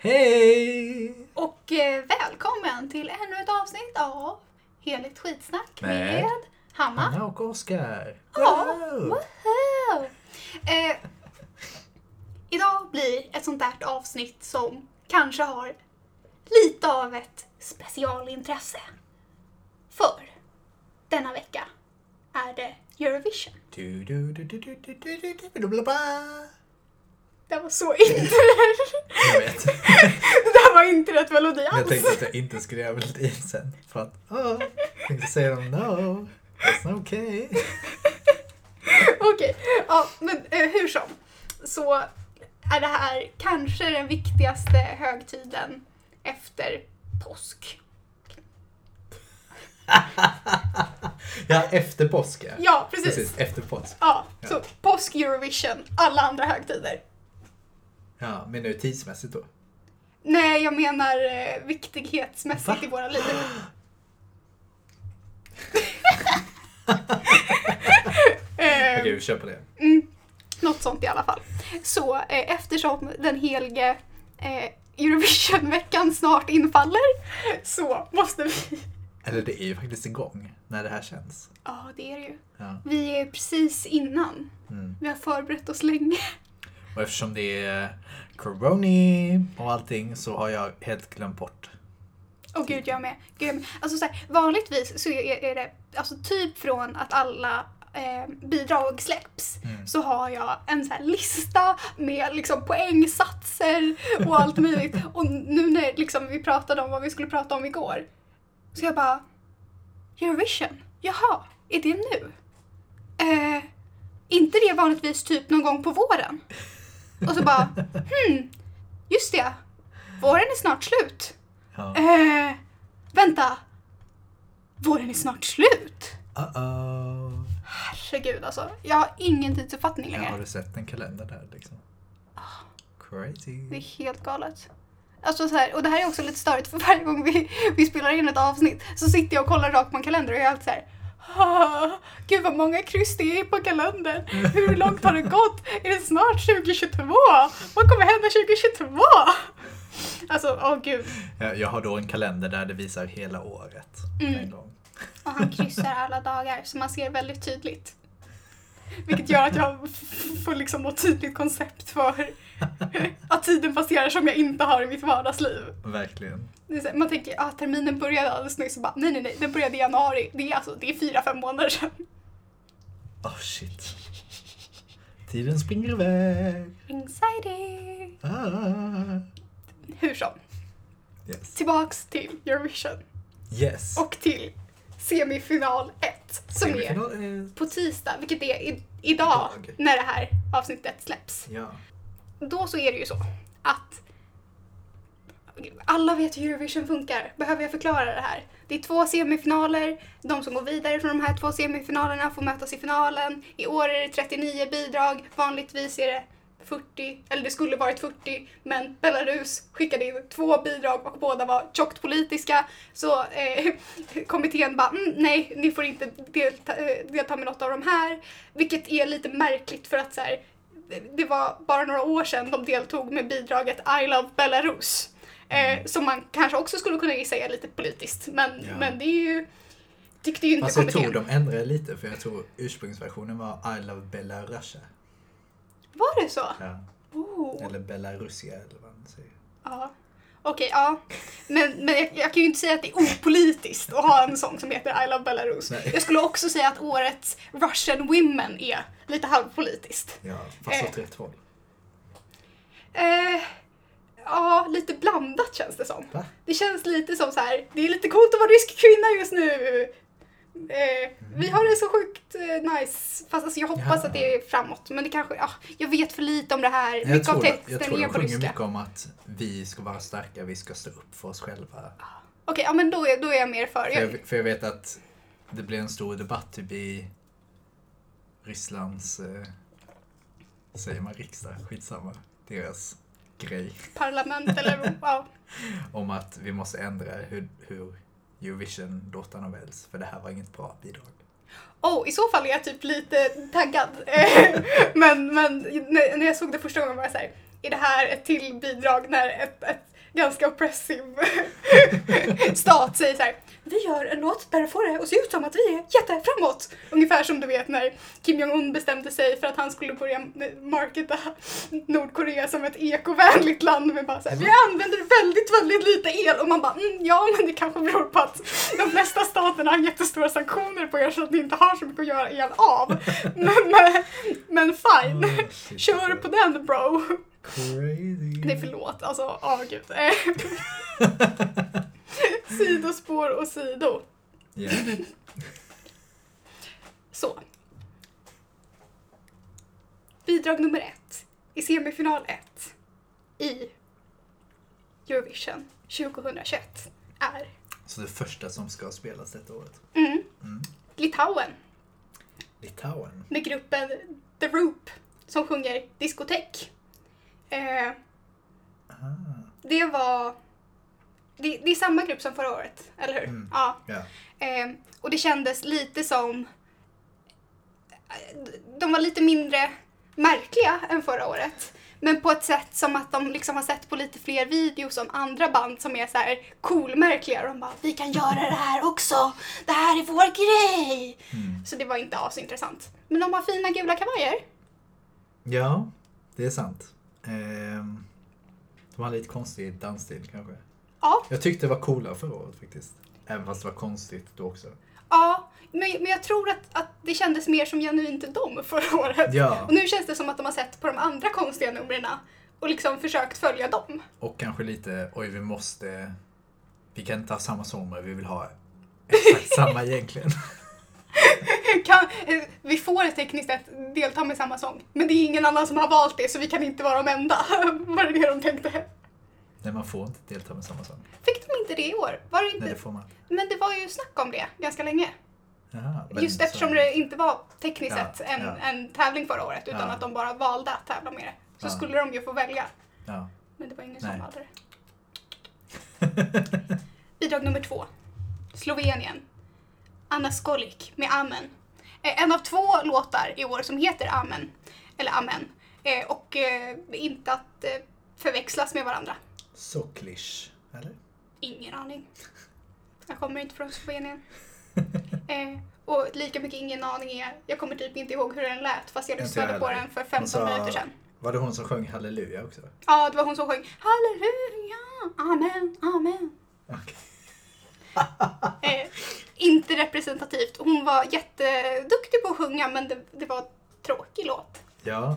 Hej! Och välkommen till ännu ett avsnitt av Heligt skitsnack med Hanna och Oskar. Ja, wow. Idag blir ett sånt där avsnitt som kanske har lite av ett specialintresse. För denna vecka är det Eurovision. Det var så inte Jag vet. Det var inte rätt melodi alls. Jag tänkte att jag inte skulle göra melodin sen. För att, jag tänkte säga no, that's okay. Okej, ja, men hur som. Så är det här kanske den viktigaste högtiden efter påsk. Ja, efter påsk. Ja, precis. Efter påsk. Ja, så påsk, Eurovision, alla andra högtider. Ja, men nu tidsmässigt då? Nej, jag menar viktighetsmässigt i våra liv. Okej, vi kör på det. Något sånt i alla fall. Så eftersom den helige Eurovision-veckan snart infaller så måste vi... Eller det är ju faktiskt igång när det här känns. Ja, det är det ju. Ja. Vi är precis innan. Vi har förberett oss länge. Och eftersom det är corona och allting så har jag helt glömt bort. Åh gud, jag med. Alltså så här, vanligtvis så är det alltså typ från att alla bidrag släpps så har jag en så här lista med liksom poängsatser och allt möjligt. Och nu när liksom vi pratade om vad vi skulle prata om igår så jag bara, Eurovision, jaha, är det nu? Inte det vanligtvis typ någon gång på våren? Och så bara, just det, våren är snart slut. Ja. Vänta, våren är snart slut? Uh-oh. Herregud alltså, jag har ingen tidsuppfattning längre. Har du sett en kalender där liksom? Crazy. Det är helt galet. Alltså så här, och det här är också lite störigt för varje gång vi spelar in ett avsnitt så sitter jag och kollar rakt på en kalender och jag är alltid så här, gud vad många kryss det är på kalendern. Hur långt har det gått? Är det snart 2022? Vad kommer hända 2022? Alltså, gud. Jag har då en kalender där det visar hela året en gång. Och han kryssar alla dagar så man ser väldigt tydligt. Vilket gör att jag får liksom något tydligt koncept för att tiden passerar som jag inte har i mitt vardagsliv. Verkligen. Man tänker att terminen började alldeles nyss och bara nej, den började i januari. Det är 4-5 månader sedan. Oh shit. Tiden springer iväg. Anxiety. Hur som. Yes. Tillbaks till Eurovision. Yes. Och till semifinal 1 som Semifinal är på tisdag, vilket är idag när det här avsnittet släpps. Ja. Då så är det ju så att alla vet hur Eurovision funkar. Behöver jag förklara det här? Det är 2 semifinaler. De som går vidare från de här 2 semifinalerna får mötas i finalen. I år är det 39 bidrag. Vanligtvis är det 40, eller det skulle varit 40, men Belarus skickade in 2 bidrag och båda var tjockt politiska. Så kommittén bara, nej, ni får inte delta med något av de här. Vilket är lite märkligt för att så här, det var bara några år sedan de deltog med bidraget I Love Belarus. Som man kanske också skulle kunna gissa är lite politiskt. Men det är ju, tyckte ju inte alltså, kommittén. jag tror de ändrade lite för jag tror ursprungsversionen var I Love Belarus. Var det så? Ja. Eller Belarusia eller vad man säger. Ja. Okej, ja. Men jag kan ju inte säga att det är opolitiskt att ha en sång som heter I Love Belarus. Nej. Jag skulle också säga att årets Russian Women är lite halvpolitiskt. Ja, fast åt rätt håll. Ja, lite blandat känns det som. Va? Det känns lite som så här, det är lite coolt att vara rysk kvinna just nu. Vi har det så sjukt nice. Fast alltså, jag hoppas att det är framåt. Men det kanske, jag vet för lite om det här. Mycket av texten jag tror är de på sjunger ryska. mycket om att vi ska vara starka, vi ska stå upp för oss själva. Okej, ja men då är jag mer för. För jag vet att det blir en stor debatt typ i Rysslands, säger man riksdag, skitsamma, deras grej. Parlament eller ja. Om att vi måste ändra hur Eurovision-låtarna väljs, för det här var inget bra bidrag. I så fall är jag typ lite taggad. men när jag såg det första gången var jag så här, är det här ett till bidrag när ett ganska oppressiv stat säger så här: vi gör en låt där det får det att se ut som att vi är jätteframåt. Ungefär som du vet när Kim Jong-Un bestämde sig för att han skulle börja marketa Nordkorea som ett ekovänligt land. Men bara så här, vi använder väldigt, väldigt lite el. Och man bara, ja men det kanske beror på att de flesta staterna har jättestora sanktioner på er så att ni inte har så mycket att göra el av. Men fine, kör på den bro. Crazy. Nej förlåt, alltså gud. Sidospår och sido. Yeah. Så. Bidrag nummer 1 i semifinal 1 i Eurovision 2021 är... Så det första som ska spelas detta året. Litauen. Litauen. Med gruppen The Roop som sjunger diskotek. Det var... Det är samma grupp som förra året, eller hur? Ja. Yeah. Och det kändes lite som... De var lite mindre märkliga än förra året. Men på ett sätt som att de liksom har sett på lite fler videos om andra band som är så här cool-märkliga. Och de bara, vi kan göra det här också! Det här är vår grej! Så det var inte asintressant. Men de har fina gula kavajer. Ja, det är sant. De har lite konstig dansstil kanske. Ja. Jag tyckte det var coolare förra året faktiskt. Även fast det var konstigt då också. Ja, men jag tror att det kändes mer som genuint dem förra året. Ja. Och nu känns det som att de har sett på de andra konstiga numren och liksom försökt följa dem. Och kanske lite, vi kan inte ha samma sång, men vi vill ha exakt samma egentligen. Vi får tekniskt sett delta med samma sång, men det är ingen annan som har valt det så vi kan inte vara de enda. Var det de tänkte? Nej, man får inte delta med samma sång. Fick de inte det i år? Var det inte? Nej, det får man. Men det var ju snack om det ganska länge. Jaha, just eftersom det inte var tekniskt sett en tävling förra året utan att de bara valde att tävla med det. Så skulle de ju få välja. Ja. Men det var ingen som valde det. Bidrag nummer 2. Slovenien. Anna Skolik med Amen. En av 2 låtar i år som heter Amen. Eller Amen. Och inte att förväxlas med varandra. Soklish, eller? Ingen aning. Jag kommer inte från Slovenien. Och lika mycket ingen aning är... Jag kommer typ inte ihåg hur den lät fast jag lyssnade på den för 15 minuter sedan. Var det hon som sjöng Halleluja också? Ja, det var hon som sjöng Halleluja, Amen, Amen. Okay. Inte representativt. Hon var jätteduktig på att sjunga men det var en tråkig låt. Ja.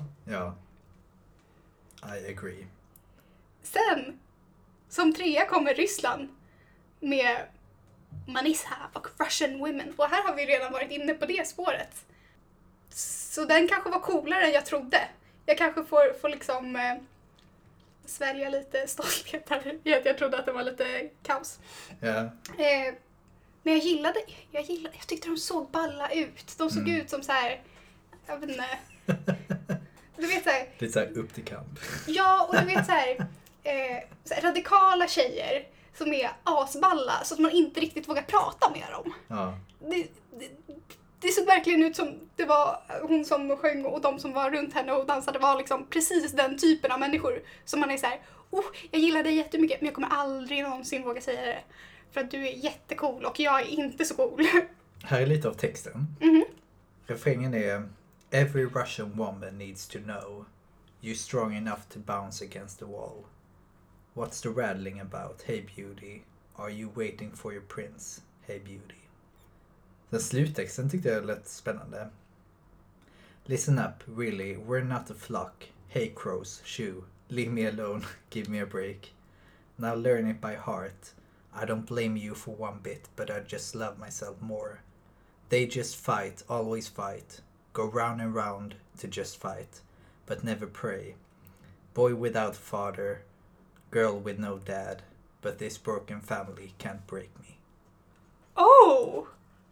I agree. Sen, som 3 kommer Ryssland med Manisa och Russian Women. Och här har vi redan varit inne på det spåret. Så den kanske var coolare än jag trodde. Jag kanske får liksom svälja lite stolthet här i att jag trodde att det var lite kaos. Ja. Men jag tyckte de såg balla ut. De såg ut som så här, jag vet inte. Du vet så här. Lite så här upp till kamp. Ja, och du vet så här radikala tjejer som är asballa så att man inte riktigt vågar prata med dem. Ja. Det såg verkligen ut som det var hon som sjöng och de som var runt henne och dansade var liksom precis den typen av människor som man är så här, jag gillar dig jättemycket men jag kommer aldrig någonsin våga säga det för att du är jättecool och jag är inte så cool. Här är lite av texten. Refrängen är: Every Russian woman needs to know you're strong enough to bounce against the wall. What's the rattling about? Hey beauty, are you waiting for your prince? Hey beauty. Den sluttexten tyckte jag lät spännande. Listen up, really, we're not a flock. Hey crows, shoo, leave me alone, give me a break. Now learn it by heart. I don't blame you for one bit, but I just love myself more. They just fight, always fight. Go round and round to just fight, but never pray. Boy without father, girl with no dad, but this broken family can't break me. Oh,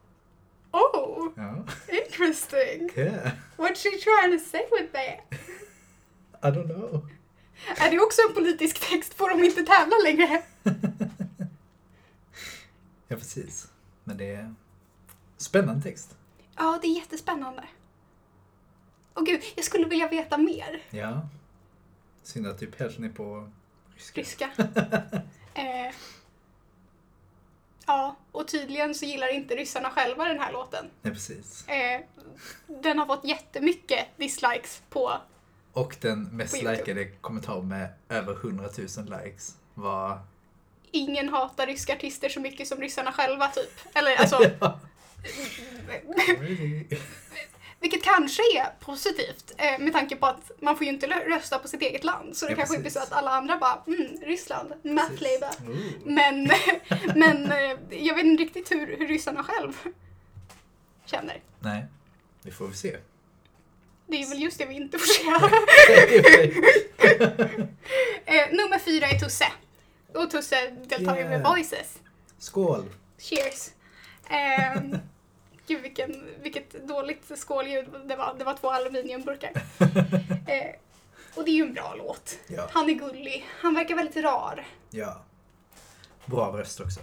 Ja. interesting. Yeah. What's she trying to say with that? I don't know. Är det också en politisk text? Får de inte tävla längre? Ja, precis. Men det är spännande text. Ja, det är jättespännande. Och gud, jag skulle vilja veta mer. Ja. Synd att typ hälften är på ryska. Ja, och tydligen så gillar inte ryssarna själva den här låten. Nej, precis. Den har fått jättemycket dislikes på... Och den mest likade kommentaren med över 100 000 likes var... Ingen hatar ryska artister så mycket som ryssarna själva, typ. Eller alltså... Ja. Vilket kanske är positivt, med tanke på att man får ju inte rösta på sitt eget land. Så det kanske inte är så att alla andra bara, Ryssland, mathläba. Men jag vet inte riktigt hur ryssarna själv känner. Nej, det får vi se. Det är väl just det vi inte får se. Nummer 4 är Tusse. Och Tusse deltar ju med Voices. Skål! Cheers! Gud, vilket dåligt skålljud det var. Det var 2 aluminiumburkar. Och det är ju en bra låt. Ja. Han är gullig. Han verkar väldigt rar. Ja. Bra röst också.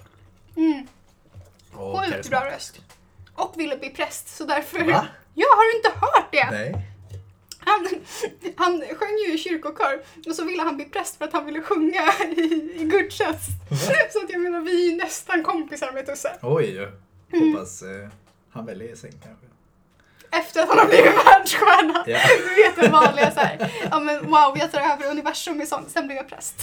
Sjukt bra röst. Och ville bli präst, så därför... Va? Ja, har du inte hört det? Nej. Han sjöng ju i kyrkokör och så ville han bli präst för att han ville sjunga i gudstjänst. Så att jag menar, vi är nästan kompisar med Tusse. Oj, hoppas han väljer sig kanske. Efter att han har blivit världsstjärna. Ja. Du vet den vanliga så här. Ja men wow, jag tar över universum i sång, sen blir jag präst.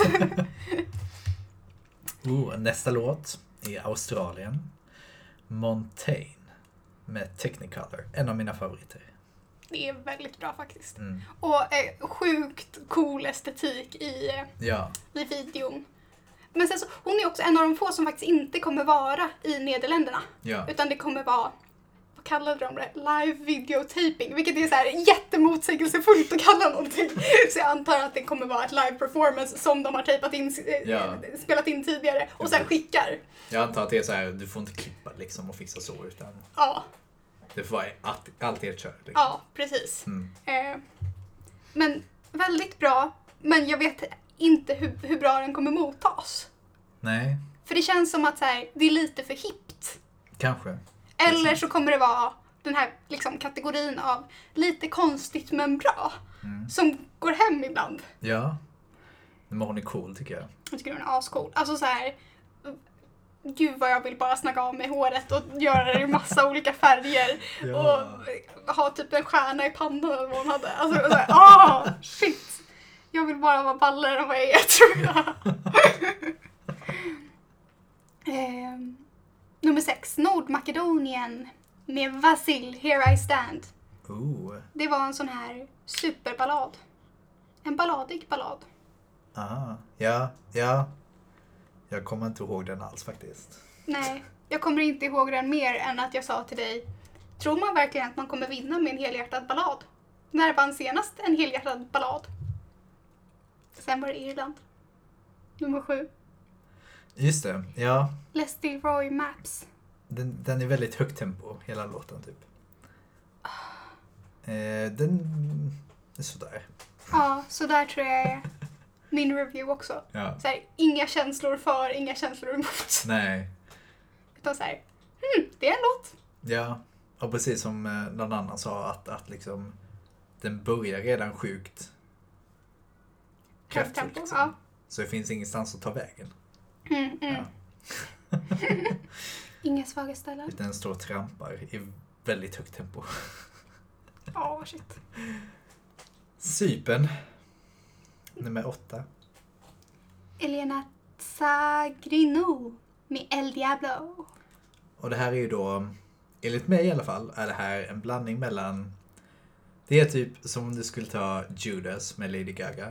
Nästa låt är Australien. Montaigne med Technicolor. En av mina favoriter. Det är väldigt bra faktiskt. Och sjukt cool estetik i videon. Men sen så, hon är också en av de få som faktiskt inte kommer vara i Nederländerna. Ja. Utan det kommer vara, vad kallade de det? Live videotaping. Vilket är så här jättemotsägelsefullt att kalla någonting. Så jag antar att det kommer vara ett live performance som de har tejpat in, spelat in tidigare. Och sen skickar. Jag antar att det är så här, du får inte klippa liksom och fixa så, utan... Ja. Det får vara allt är ett kör. Liksom. Ja, precis. Men väldigt bra. Men jag vet inte hur bra den kommer mottas. Nej. För det känns som att så här, det är lite för hippt. Kanske. Eller så kommer det vara den här liksom, kategorin av lite konstigt men bra. Som går hem ibland. Ja. Men hon är cool tycker jag. Jag tycker hon är ascool. Alltså så här... Gud vad jag vill bara snacka av mig håret och göra det i massa olika färger. Ja. Och ha typ en stjärna i pannan eller vad hon hade. Alltså så här, shit. Jag vill bara vara ballare än vad jag är, tror jag. Nummer 6. Nordmakedonien med Vasil, Here I Stand. Det var en sån här superballad. En balladig ballad. Ja. Jag kommer inte ihåg den alls faktiskt. Nej, jag kommer inte ihåg den mer än att jag sa till dig, tror man verkligen att man kommer vinna med en helhjärtad ballad? När vann senast en helhjärtad ballad? Sen var det Irland. Nummer 7. Just det, ja. Leslie Roy Maps. Den är väldigt högt tempo, hela låten typ. Den är sådär. Ja, sådär tror jag är min review också. Ja. Så här, inga känslor för, inga känslor emot. Nej. Utan så här, det är en låt. Ja, och precis som någon annan sa att liksom den börjar redan sjukt kraftfullt. Liksom. Ja. Så det finns ingenstans att ta vägen. Ja. Inga svaga ställen. Den står och trampar i väldigt högt tempo. Shit. Cypern. Nummer 8. Elena Zagrino med El Diablo. Och det här är ju då, enligt mig i alla fall, är det här en blandning mellan... Det är typ som om du skulle ta Judas med Lady Gaga.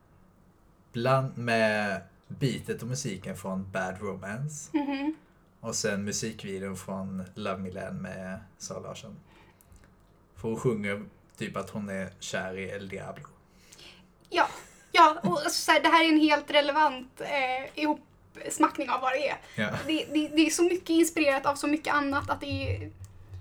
Med beatet och musiken från Bad Romance. Och sen musikvideon från Love Me Land med Sara Larsson. För hon sjunger typ att hon är kär i El Diablo. Ja, och så här, det här är en helt relevant ihopsmackning av vad det är. Ja. Det är så mycket inspirerat av så mycket annat att det är...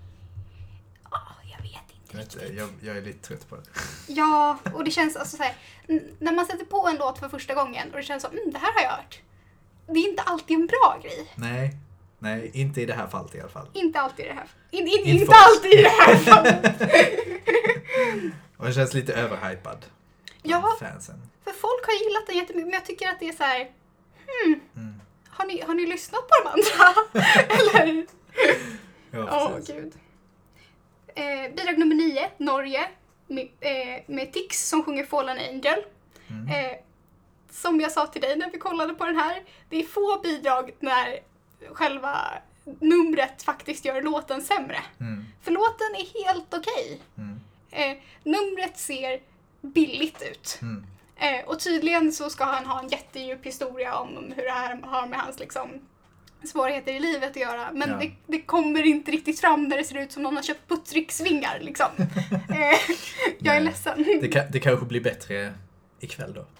jag vet inte riktigt. Jag är lite trött på det. Ja, och det känns alltså så här, när man sätter på en låt för första gången och det känns som, det här har jag hört. Det är inte alltid en bra grej. Nej, inte i det här fallet i alla fall. Inte alltid i det här. Inte alltid i det här fallet. Och det känns lite överhypad. Ja, fansen. För folk har gillat den jättemycket, men jag tycker att det är så här. Har ni lyssnat på de andra? Eller? Ja, precis. Gud. Bidrag nummer 9, Norge. Med Tix som sjunger Fallen Angel. Som jag sa till dig när vi kollade på den här. Det är få bidrag när själva numret faktiskt gör låten sämre. För låten är helt okej. Numret ser billigt ut. Och tydligen så ska han ha en jättedjup historia om hur det här har med hans liksom svårigheter i livet att göra. Men det kommer inte riktigt fram när det ser ut som någon har köpt puttricksvingar liksom. Jag är ledsen. Det kanske blir bättre ikväll då.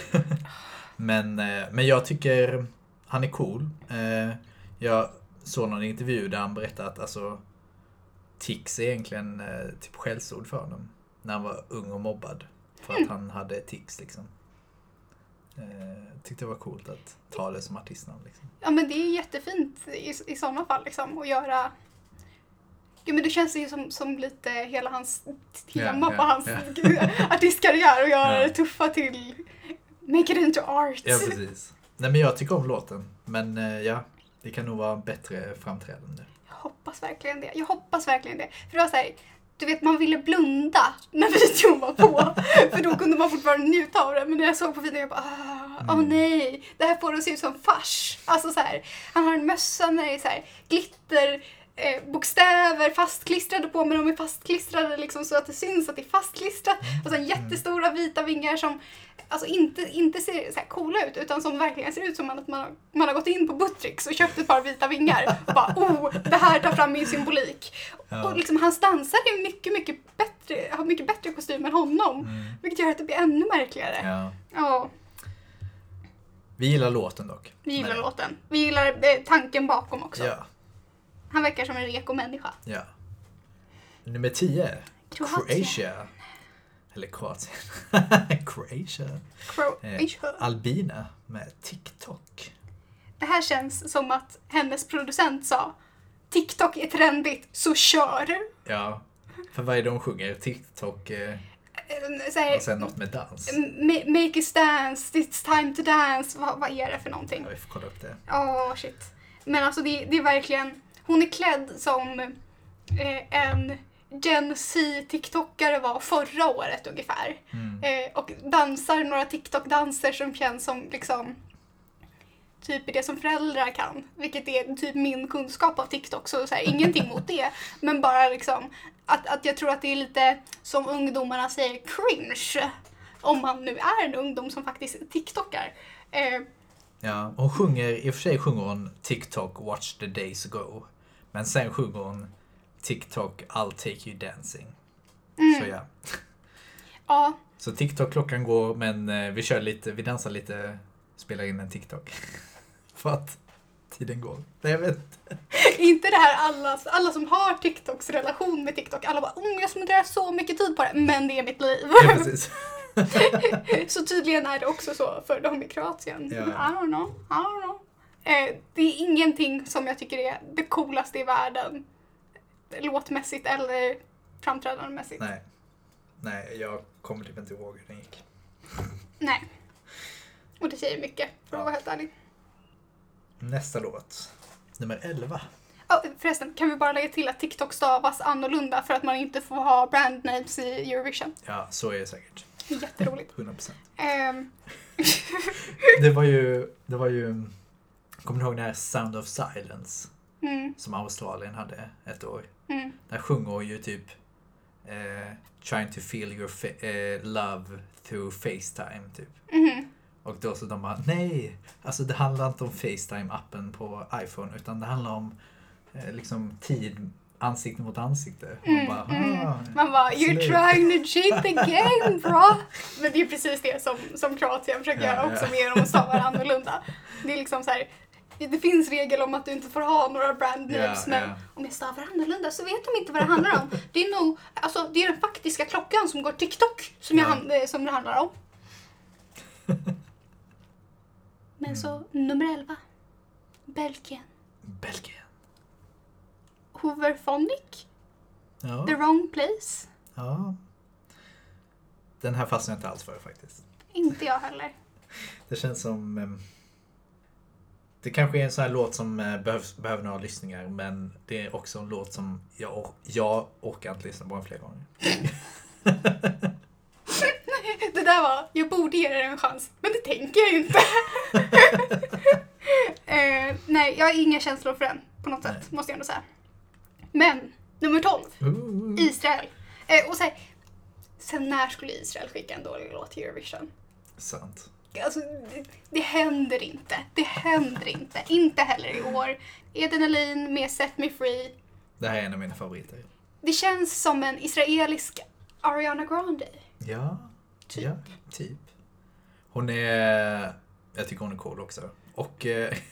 men jag tycker han är cool. Jag såg någon intervju där han berättade att alltså, Tix är egentligen typ skällsord för honom. När han var ung och mobbad. För att han hade Tix liksom. Tyckte det var coolt att ta det som artistnamn liksom. Ja, men det är jättefint i sådana fall liksom. Att göra... Ja, men det känns ju som lite hela hans tema på hans artistkarriär. Och göra det tuffa till make it into art. Ja, precis. Nej, men jag tycker om låten. Men det kan nog vara bättre framträdande. Jag hoppas verkligen det. För det var så här, du vet, man ville blunda när videon var på. För då kunde man fortfarande njuta av det. Men när jag såg på videon, jag bara, nej. Det här får det se ut som fars. Alltså så här, han har en mössa med det är så här, glitter, bokstäver fastklistrade på. Men de är fastklistrade liksom så att det syns att det är fastklistrat. Och så jättestora vita vingar som alltså inte ser så här coola ut. Utan som verkligen ser ut som att man har gått in på Buttricks och köpt ett par vita vingar. Och bara, det här tar fram min symbolik. Ja. Och liksom, hans dansare är mycket bättre, har mycket bättre kostym än honom. Vilket gör att det blir ännu märkligare. Ja. Vi gillar låten dock. Vi gillar låten. Vi gillar tanken bakom också. Ja. Han verkar som en reko människa. Ja. Nummer 10. Croatia. Eller Kroatien. Croatia. Albina med TikTok. Det här känns som att hennes producent sa TikTok är trendigt, så kör! Ja, för vad är det de sjunger? TikTok och sen något med dans. Make us dance, it's time to dance. Vad är det för någonting? Ja, vi får kolla upp det. Shit. Men alltså det är verkligen, hon är klädd som en Gen Z-tiktokare var förra året ungefär. Och dansar några TikTok-danser som känns som liksom typ det som föräldrar kan. Vilket är typ min kunskap av TikTok. Så här, ingenting mot det. Men bara liksom att jag tror att det är lite som ungdomarna säger cringe. Om man nu är en ungdom som faktiskt TikTokar. Ja, i och för sig sjunger hon TikTok Watch the Days Go. Men sen sjunger hon TikTok I'll take you dancing. Så ja. Ja. Så TikTok-klockan går, men vi dansar lite, spelar in en TikTok. För att tiden går. Nej, jag vet inte. Inte det här alla som har TikToks relation med TikTok. Alla bara, jag spenderar så mycket tid på det. Men det är mitt liv. Ja, precis. Så tydligen är det också så för dem i Kroatien. Ja. I don't know. Det är ingenting som jag tycker är det coolaste i världen. Låtmässigt eller framträdandemässigt. Nej, jag kommer typ inte ihåg hur den gick. Nej. Och det säger mycket, för att vara helt ärlig. Nästa låt. Nummer 11. Förresten, kan vi bara lägga till att TikTok stavas annorlunda för att man inte får ha brand names i Eurovision. Ja, så är det säkert. Jätteroligt. 100%. Det var ju kommer du ihåg den här Sound of Silence? Som Australien hade ett år. Där sjunger ju typ trying to feel your love through FaceTime typ. Och då så de bara, nej, alltså det handlar inte om FaceTime-appen på iPhone, utan det handlar om liksom tid, ansikte mot ansikte. Man bara, you're trying to cheat the game, bro. Men det är precis det som Kroatien försöker göra också med dem och stavar annorlunda. Det är liksom så här, det finns regel om att du inte får ha några brand names, men om jag stavar annorlunda så vet de inte vad det handlar om. Det är nog, alltså det är den faktiska klockan som går TikTok som det handlar om. Men så nummer 11. Belgien. Hooverphonic. The Wrong Place. Ja. Den här fastnar jag inte alls för faktiskt. Inte jag heller. Det känns som... Det kanske är en sån här låt som behöver några lyssningar, men det är också en låt som jag orkar inte lyssna på en fler gånger. Det där var, jag borde ge det en chans, men det tänker jag ju inte. Nej, jag har inga känslor för den på något sätt, måste jag ändå säga. Men, nummer 12. Israel. Och så här, sen när skulle Israel skicka en dålig låt till Eurovision? Sant. Alltså, det händer inte. Det händer inte. Inte heller i år. Eden Alin med Set Me Free. Det här är en av mina favoriter. Det känns som en israelisk Ariana Grande. Ja, Typ. Ja, typ. Hon är... Jag tycker hon är cool också. Och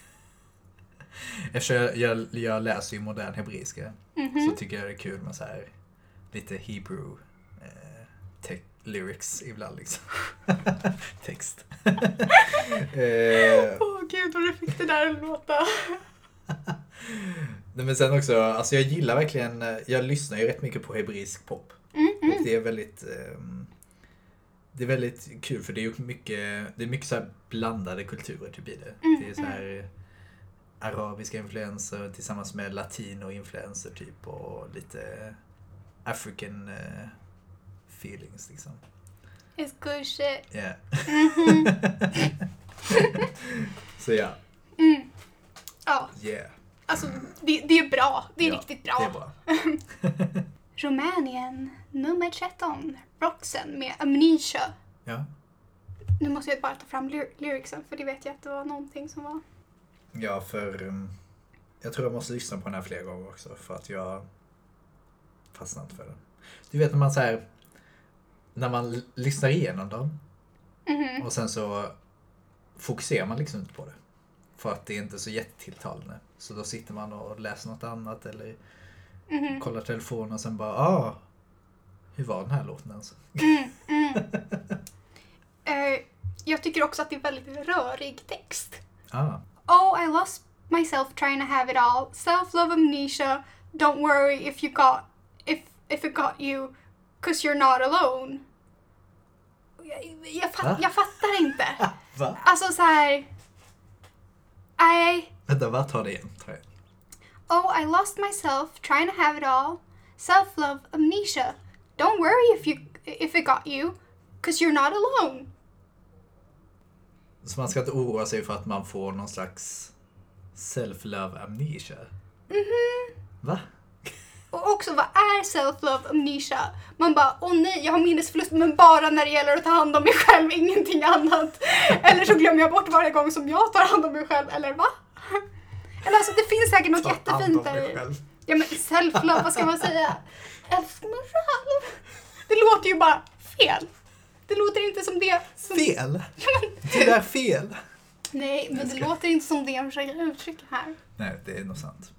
eftersom jag läser ju modern hebreiska så tycker jag det är kul med så här lite Hebrew lyrics ibland liksom. Text. Gud vad du fick det där att låta. Nej, men sen också, alltså jag gillar verkligen, jag lyssnar ju rätt mycket på hebreisk pop. Och det är väldigt kul för det är mycket så här blandade kulturer typ i det. Det är så här arabiska influenser tillsammans med latino-influenser typ och lite African feelings liksom. It's good shit. Yeah. Så ja. Ja. Yeah. Alltså, det är bra. Det är riktigt bra. Det är bra. Rumänien, nummer 13. Roxen med Amnesia. Ja. Nu måste jag bara ta fram lyricsen, för det vet jag att det var någonting som var... Ja, för jag tror jag måste lyssna på den här flera gånger också, för att jag fastnar inte för den. Du vet när man så här, när man lyssnar igenom dem och sen så fokuserar man liksom inte på det. För att det är inte så jättetilltalande. Så då sitter man och läser något annat eller kollar telefonen och sen bara, hur var den här låten alltså? Jag tycker också att det är väldigt rörig text. Ah. I lost myself trying to have it all. Self-love amnesia. Don't worry if it got you, 'cause you're not alone. Jag fattar inte. Va? Alltså så här. Vänta, vad tar det igen? I lost myself trying to have it all. Self-love amnesia. Don't worry if it got you, 'cause you're not alone. Så man ska inte oroa sig för att man får någon slags self-love amnesia? Va? Och också, vad är self-love amnesia? Man bara, nej, jag har minnesförlust, men bara när det gäller att ta hand om mig själv, ingenting annat. Eller så glömmer jag bort varje gång som jag tar hand om mig själv, eller va? Eller alltså, det finns säkert något jättefint där. Ja, men self-love, vad ska man säga? Älskar mig själv. Det låter ju bara fel. Det låter inte som det. Fel? Det är fel. Nej, men det låter inte som det jag försöker uttrycka här. Nej, det är nog sant.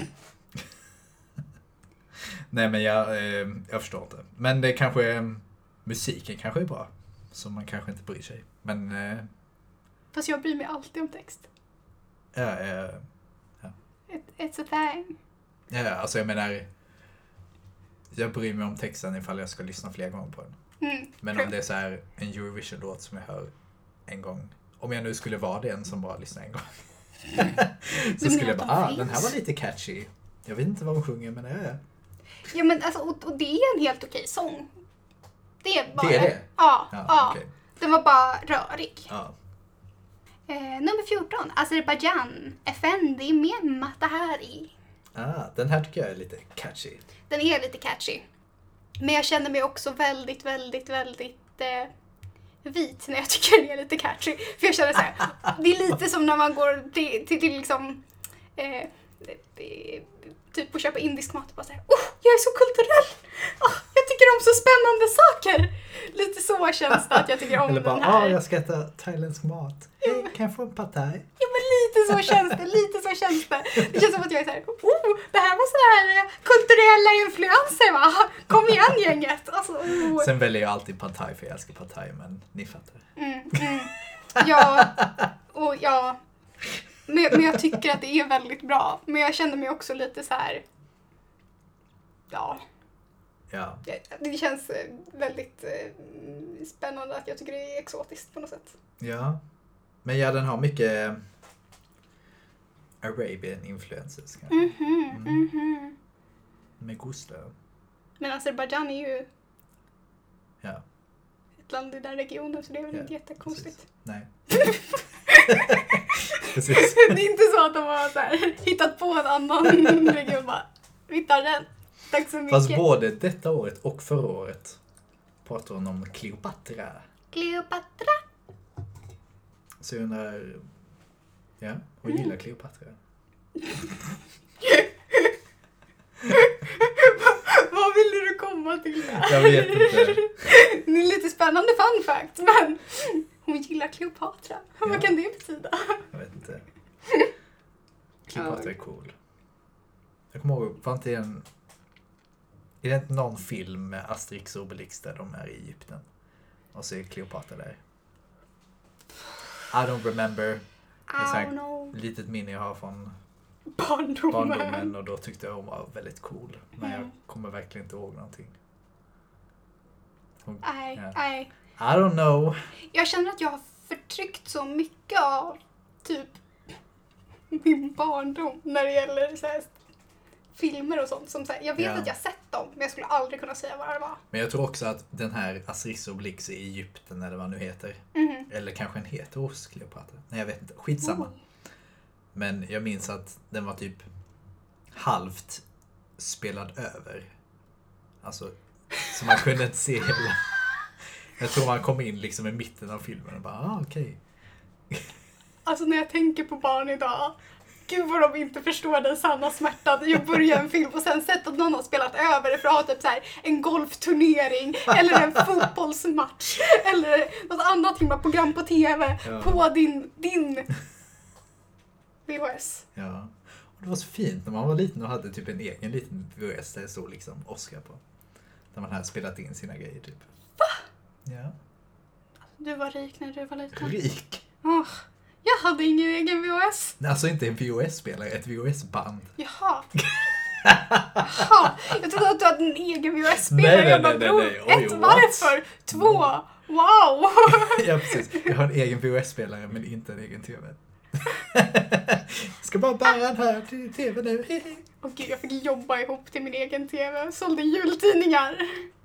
Nej, men jag förstår inte. Men det kanske, musiken kanske är bra. Så man kanske inte bryr sig. Men... Fast jag bryr mig alltid om text. Ja. It's a thing. Ja, alltså jag menar... Jag bryr mig om texten ifall jag ska lyssna flera gånger på den. Men om det är så här en Eurovision-låt som jag hör en gång. Om jag nu skulle vara den som bara lyssnar en gång. Så skulle jag bara, den här var lite catchy. Jag vet inte vad hon sjunger, men ja. Ja, men alltså, och det är en helt okej sång. Det är bara... Det är det? Ja. Okay. Den var bara rörig. Ja. Nummer 14. Azerbaijan. Effendi med Matahari. Den här tycker jag är lite catchy. Den är lite catchy. Men jag känner mig också väldigt, väldigt, väldigt vit när jag tycker den är lite catchy. För jag känner så här, det är lite som när man går till liksom... typ att köpa indisk mat och bara säga, jag är så kulturell! Jag tycker om så spännande saker! Lite så känns det att jag tycker om eller bara, den här. jag ska äta thailändsk mat. Hey, kan jag få en pad thai? Ja, men lite så känns det. Det känns som att jag är så här, det här var så här kulturella influenser, va? Kom igen, gänget! Alltså, Sen väljer jag alltid pad thai, för jag älskar pad thai, men ni fattar. Ja, men jag tycker att det är väldigt bra. Men jag känner mig också lite så här, Ja. Det känns väldigt spännande att jag tycker det är exotiskt på något sätt. Ja. Men ja, den har mycket Arabian influences. Med gusta. Men Azerbaijan är ju Ja. ett land i den regionen så det är väl inte jättekonstigt. Precis. Nej. Precis. Det är inte så att de har så här, hittat på en annan region bara, vi tar den. Tack så mycket. Fast både detta året och förra året pratar hon om Kleopatra. Kleopatra. Så jag undrar... Ja, hon gillar Kleopatra. Vad ville du komma till där? Jag vet inte. Det är lite spännande fun fact, men hon gillar Kleopatra. Ja. Vad kan det betyda? Jag vet inte. Kleopatra är cool. Jag kommer ihåg, var inte är det inte någon film med Asterix och Obelix där de är i Egypten? Och så är Kleopatra där. I don't remember. Det är så här litet minne jag har från barndomen och då tyckte jag hon var väldigt cool. Men jag kommer verkligen inte ihåg någonting. Nej. I don't know. Jag känner att jag har förtryckt så mycket av typ min barndom när det gäller så här, filmer och sånt. Som, så här, jag vet att jag sett dem men jag skulle aldrig kunna säga vad det var. Men jag tror också att den här Asterix och Obelix i Egypten eller vad nu heter. Eller kanske en heter hos Kleopatra. Nej, jag vet inte. Skitsamma. Men jag minns att den var typ halvt spelad över. Alltså, så man kunde inte se hela. Jag tror man kom in liksom i mitten av filmen och bara, okej. Alltså när jag tänker på barn idag, gud vad de inte förstår den sanna smärtan i att börja en film och sen sett att någon har spelat över det för att ha typ så här en golfturnering eller en fotbollsmatch eller något annat himla program på tv på din VHS. Ja. Och det var så fint när man var liten och hade typ en egen liten VHS där det stod liksom Oscar på. Där man hade spelat in sina grejer typ. Va? Ja. Du var rik när du var liten. Rik? Jag hade ingen egen VHS. Alltså inte en VHS-spelare, ett VHS-band. Jaha. Jag trodde att du hade en egen VHS-spelare. Nej. Oj, varför? 2. Wow. Ja, precis. Jag har en egen VHS-spelare men inte en egen TV. Ska bara bära den här till TV nu. Åh gud, jag fick jobba ihop till min egen TV. Sålde jultidningar.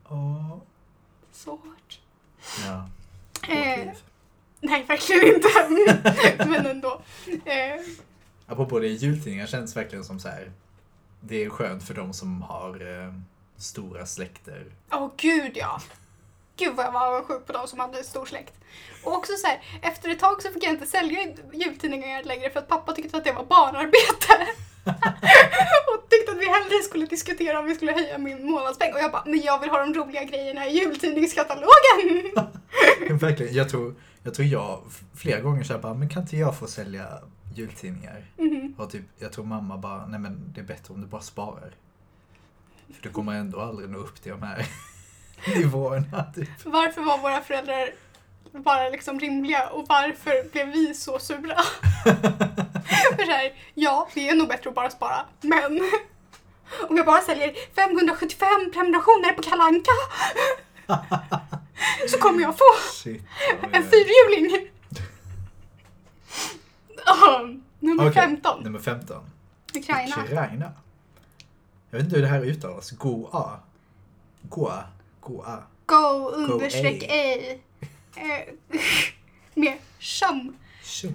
Så hårt. Ja. Nej, verkligen inte. Men ändå. Apropå det, jultidningar känns verkligen som så här. Det är skönt för de som har stora släkter. Gud ja. Gud vad jag var avundsjuk på de som hade stor släkt. Och också så här, efter ett tag så fick jag inte sälja jultidningar längre för att pappa tyckte att det var barnarbete. Och tyckte att vi hellre skulle diskutera om vi skulle höja min månadspeng. Och jag bara, men jag vill ha de roliga grejerna i jultidningskatalogen. Verkligen, jag tror jag flera gånger så här bara, men kan inte jag få sälja jultidningar? Och typ, jag tror mamma bara, nej men det är bättre om du bara sparar. För du kommer ändå aldrig nå upp till de här nivåerna. Typ. Varför var våra föräldrar bara liksom rimliga och varför blev vi så sura? För så här, ja, det är nog bättre att bara spara, men om jag bara säljer 575 prenumerationer på Kalle Anka så kommer jag få en fyrhjuling. Nummer 15. Nummer 15. Ukraina. Jag vet inte hur det här uttalas. Goa. Go_A. Med shum. Shum.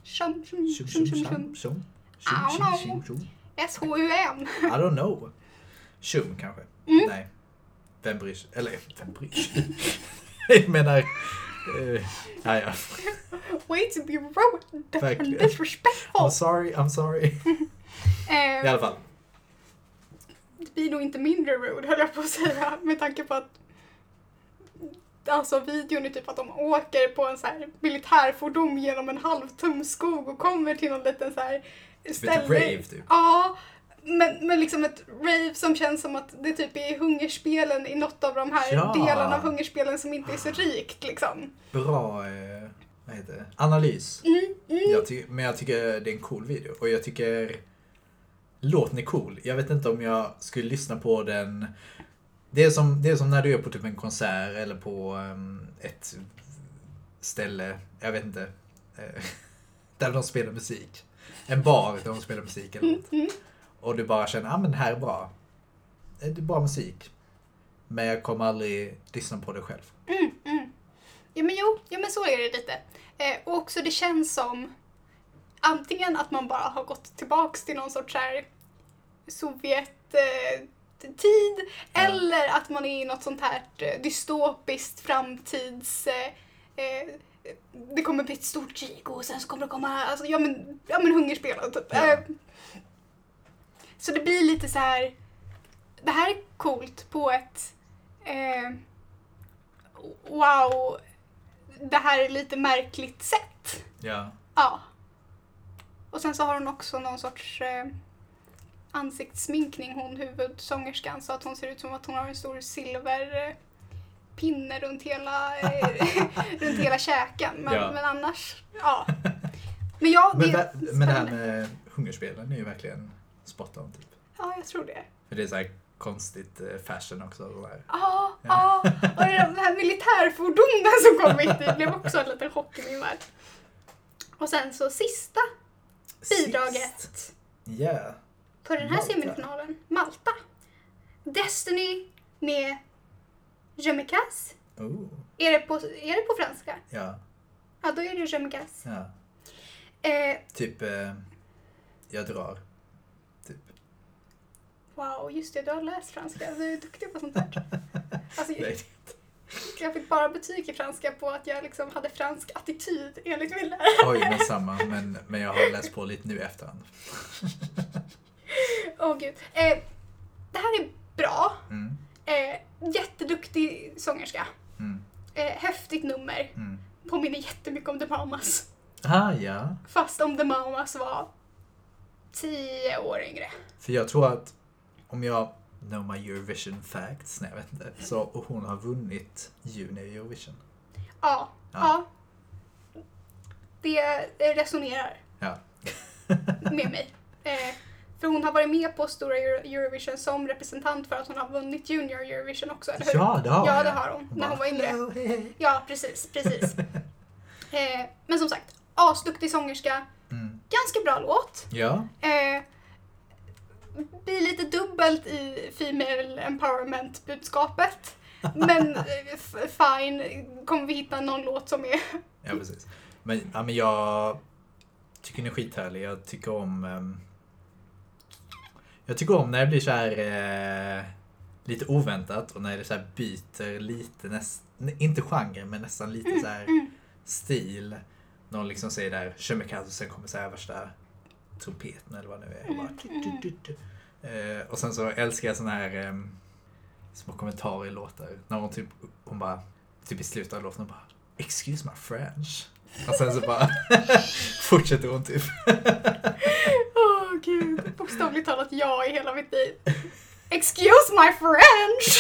S-H-U-M. I don't know. Shum kanske. Nej. Vem bryr sig? Eller vem bryr sig? Jag menar... ja. Way to be rude and disrespectful. I'm sorry. I alla fall. Det blir nog inte mindre rude, höll jag på att säga. Med tanke på att alltså videon är typ att de åker på en så här militärfordon genom en halvtum skog och kommer till någon liten så här ställe. Ett rave typ. Ja, men liksom ett rave som känns som att det typ är hungerspelen i något av de här delarna av hungerspelen som inte är så rikt liksom. Bra, vad heter det? Analys. Men jag tycker det är en cool video och jag tycker låten är cool. Jag vet inte om jag skulle lyssna på den Det är som när du är på typ en konsert eller på ett ställe, jag vet inte, där de spelar musik. En bar där de spelar musik eller något. Och du bara känner, men det här är bra. Det är bra musik. Men jag kommer aldrig lyssna på det själv. Ja men så är det lite. Och också det känns som antingen att man bara har gått tillbaks till någon sorts här Sovjet-tid eller att man är i något sånt här dystopiskt framtids... det kommer bli ett stort krig och sen så kommer det komma alltså, hungerspel typ. Så det blir lite så här. Det här är coolt på ett wow, det här är lite märkligt sätt. Ja. Ja. Och sen så har hon också någon sorts ansiktssminkning, hon huvudsångerskan, så att hon ser ut som att hon har en stor silverpinne runt hela käken. Men annars, ja. Men det här med hungerspelen är ju verkligen spot on typ. Ja, jag tror det. För det är så här konstigt fashion också. Ja. Och den här militärfordonen som kom mitt i blev också en liten chock i min värld. Och sen så sista bidraget på den här semifinalen, Malta. Destiny med Je me casse. Är det på franska? Ja. Ja, då är det Je me casse. Ja. Typ, jag drar. Typ. Wow, just det, du har läst franska. Du är duktig på sånt där. Alltså, jag fick bara betyg i franska på att jag liksom hade fransk attityd enligt min lärare. Oj, men samma. Men jag har läst på lite nu efterhand. Gud. Det här är bra. Jätteduktig sångerska. Häftigt nummer. Påminner jättemycket om The Mamas. Ja. Fast om The Mamas var 10 år yngre. För jag tror att om jag know my Eurovision facts, nej jag vet inte, så hon har vunnit Junior Eurovision. Ja. Det resonerar med mig. För hon har varit med på stora Eurovision som representant för att hon har vunnit Junior Eurovision också, eller hur? Ja, det har hon. Ja, det har hon. När hon var yngre. Ja, precis. Men som sagt, asduktig sångerska. Ganska bra låt. Ja. Blir lite dubbelt i female empowerment-budskapet. Men fine, kommer vi hitta någon låt som är... Ja, precis. Men jag tycker den är skithärlig. Jag tycker om när det blir så här lite oväntat och när det så här byter lite inte genre men nästan lite så här stil. Någon liksom säger där Je me casse och sen kommer så här värsta trumpeten eller vad det nu är. Och sen så älskar jag såna här små kommentarer i låtar. När hon bara typ i slutet av låten bara excuse my French. Och sen så bara fortsätter hon typ. Gud, bokstavligt talat jag i hela mitt liv. Excuse my French!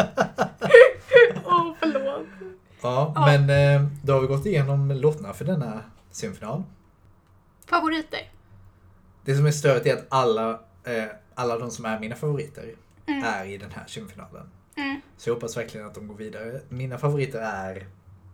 Förlåt. Ja, men då har vi gått igenom låtarna för denna semifinal. Favoriter? Det som är störigt är att alla de som är mina favoriter är i den här semifinalen. Så jag hoppas verkligen att de går vidare. Mina favoriter är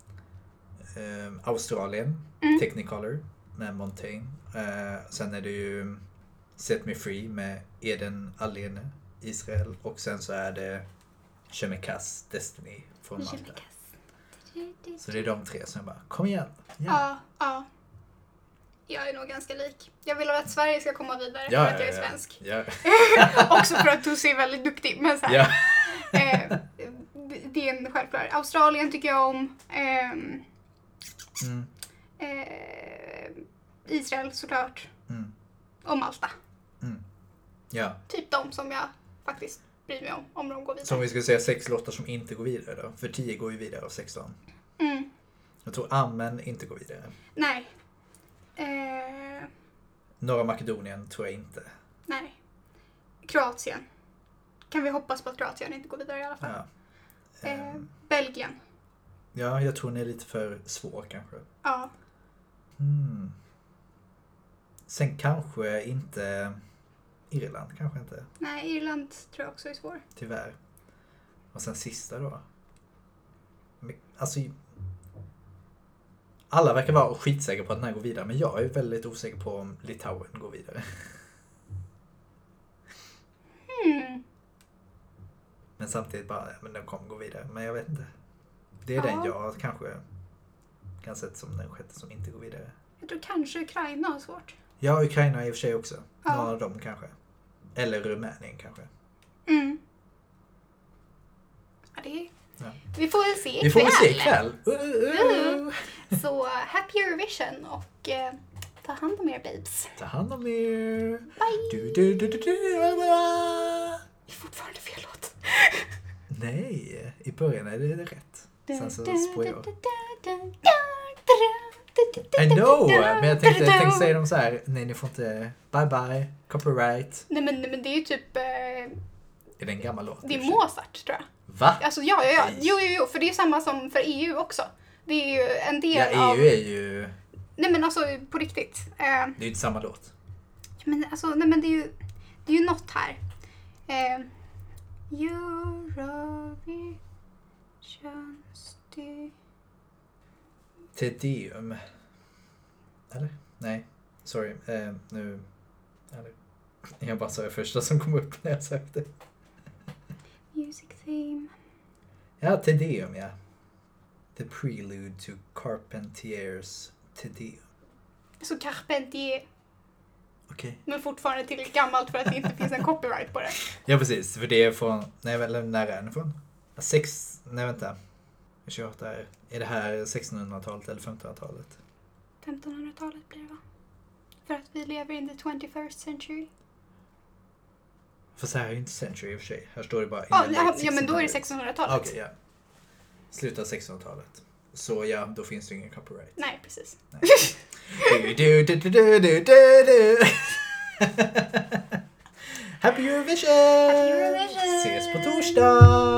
Australien, Technicolor med Montaigne. Sen är det ju Set Me Free med Eden Allene, Israel. Och sen så är det Je me casse, Destiny från Malta. Så det är de tre som jag bara, kom igen. Ja. Jag är nog ganska lik. Jag vill att Sverige ska komma vidare för att jag är svensk. Ja. Också för att Tusse är väldigt duktig. Men så här, det är en självklar. Australien tycker jag om. Israel såklart. Och Malta. Ja. Typ de som jag faktiskt bryr mig om de går vidare. Så om vi skulle säga 6 låtar som inte går vidare då. För 10 går ju vidare av 16. Jag tror Amen inte går vidare. Nej. Norra Makedonien tror jag inte. Nej. Kroatien. Kan vi hoppas på att Kroatien inte går vidare i alla fall. Ja. Belgien. Ja, jag tror den är lite för svår kanske. Ja. Sen kanske inte Irland, kanske inte. Nej, Irland tror jag också är svår. Tyvärr. Och sen sista då. Alltså, alla verkar vara skitsäkra på att den här går vidare. Men jag är väldigt osäker på om Litauen går vidare. Men samtidigt bara, men den kommer gå vidare. Men jag vet inte. Det är den jag kanske kan sätta som den sjätte som inte går vidare. Jag tror kanske Ukraina har svårt. Ja, Ukraina i och för sig också. Några av dem kanske. Eller Rumänien kanske. Ja, vi får väl se ikväll. Vi får väl se ikväll. Så happy Eurovision och ta hand om er babes. Ta hand om er. Bye. Det är fortfarande fel låt. Nej, i början är det rätt. Sen så spår jag. I know, men jag tänkte säga dem så här. Nej, ni får inte. Bye bye, copyright. Nej men det är ju typ... Är det en gammal låt? Det är Mozart, tror jag. Va? Alltså ja. Jo, för det är ju samma som för EU också. Det är ju en del av... EU är ju... Nej men alltså på riktigt. Det är ju inte samma låt. Men alltså, nej men det är ju något här. Eurovision Te Deum. Eller? Nej, sorry. Nu... Eller... Jag bara sa det första som kom upp när jag sökte. Music theme. Ja, Te Deum, ja. The Prelude to Carpentier's Te Deum. Så Carpentier. Okej. Men fortfarande tillräckligt gammalt för att det inte finns en copyright på det. Ja, precis. För det är från... Nej, när är den från? Nej, vänta. Jag kör där. Är det här 1600-talet eller 1500-talet? 1500-talet blir det, va? För att vi lever in the 21st century. För så här är det inte century i och för sig. Här står det bara... Ja, men då är det 1600-talet. Okej, ja. Slutet av 1600-talet. Så ja, då finns det ingen copyright. Nej, precis. Nej. Happy Eurovision! Happy Eurovision! Ses på torsdag!